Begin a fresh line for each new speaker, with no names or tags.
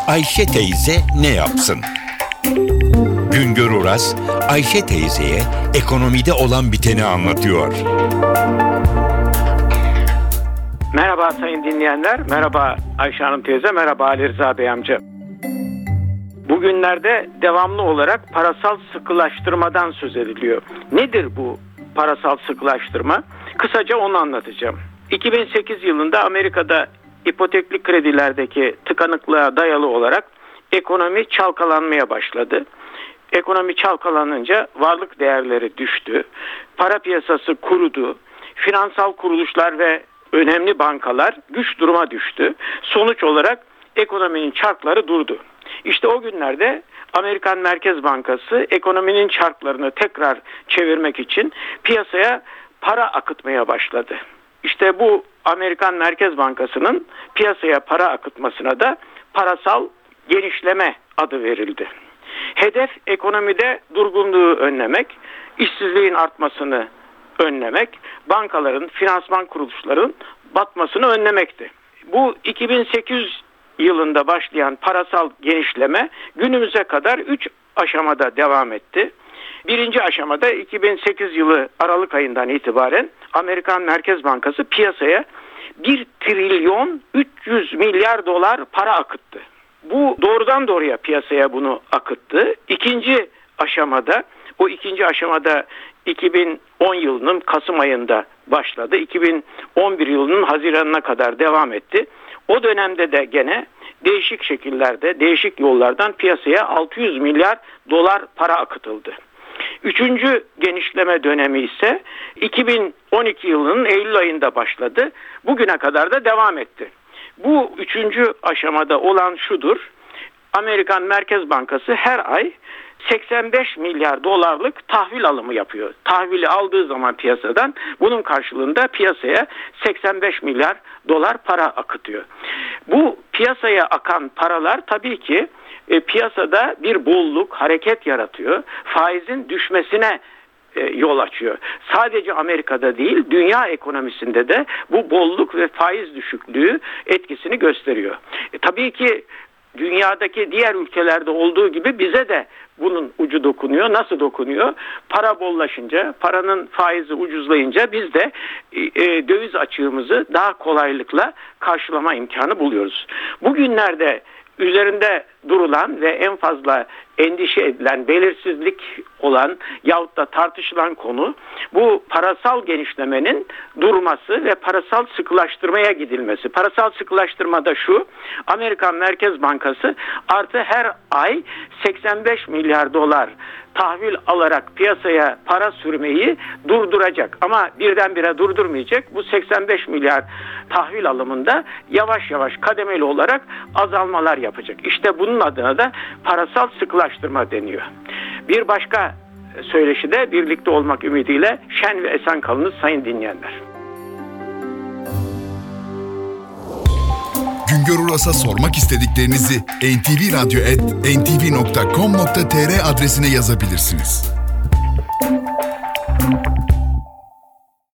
Ayşe teyze ne yapsın? Güngör Oras, Ayşe teyzeye ekonomide olan biteni anlatıyor.
Merhaba sayın dinleyenler, merhaba Ayşe Hanım teyze, merhaba Ali Rıza Bey amca. Bugünlerde devamlı olarak parasal sıkılaştırmadan söz ediliyor. Nedir bu parasal sıkılaştırma? Kısaca onu anlatacağım. 2008 yılında Amerika'da ipotekli kredilerdeki tıkanıklığa dayalı olarak ekonomi çalkalanmaya başladı. Ekonomi çalkalanınca varlık değerleri düştü, para piyasası kurudu, finansal kuruluşlar ve önemli bankalar güç duruma düştü. Sonuç olarak ekonominin çarkları durdu. İşte o günlerde Amerikan Merkez Bankası ekonominin çarklarını tekrar çevirmek için piyasaya para akıtmaya başladı. İşte bu Amerikan Merkez Bankası'nın piyasaya para akıtmasına da parasal genişleme adı verildi. Hedef ekonomide durgunluğu önlemek, işsizliğin artmasını önlemek, bankaların, finansman kuruluşların batmasını önlemekti. Bu 2008 yılında başlayan parasal genişleme günümüze kadar 3 aşamada devam etti. Birinci aşamada 2008 yılı Aralık ayından itibaren Amerikan Merkez Bankası piyasaya 1 trilyon 300 milyar dolar para akıttı. Bu doğrudan doğruya piyasaya bunu akıttı. İkinci aşamada 2010 yılının Kasım ayında başladı. 2011 yılının Haziran'ına kadar devam etti. O dönemde de gene değişik şekillerde, değişik yollardan piyasaya 600 milyar dolar para akıtıldı. Üçüncü genişleme dönemi ise 2012 yılının Eylül ayında başladı. Bugüne kadar da devam etti. Bu üçüncü aşamada olan şudur: Amerikan Merkez Bankası her ay 85 milyar dolarlık tahvil alımı yapıyor. Tahvili aldığı zaman piyasadan bunun karşılığında piyasaya 85 milyar dolar para akıtıyor. Bu piyasaya akan paralar tabii ki piyasada bir bolluk, hareket yaratıyor. Faizin düşmesine yol açıyor. Sadece Amerika'da değil, dünya ekonomisinde de bu bolluk ve faiz düşüklüğü etkisini gösteriyor. Tabii ki dünyadaki diğer ülkelerde olduğu gibi bize de bunun ucu dokunuyor. Nasıl dokunuyor? Para bollaşınca, paranın faizi ucuzlayınca biz de döviz açığımızı daha kolaylıkla karşılama imkanı buluyoruz. Bugünlerde üzerinde durulan ve en fazla endişe edilen, belirsizlik olan yahut da tartışılan konu bu parasal genişlemenin durması ve parasal sıkılaştırmaya gidilmesi. Parasal sıkılaştırmada şu: Amerikan Merkez Bankası artı her ay 85 milyar dolar tahvil alarak piyasaya para sürmeyi durduracak. Ama birdenbire durdurmayacak. Bu 85 milyar tahvil alımında yavaş yavaş kademeli olarak azalmalar yapacak. İşte bunun adına da parasal sıkılaştırma deniyor. Bir başka söyleşide birlikte olmak ümidiyle şen ve esen kalınız sayın dinleyenler.
Güngör Oras'a sormak istediklerinizi ntvradio@ntv.com.tr adresine yazabilirsiniz.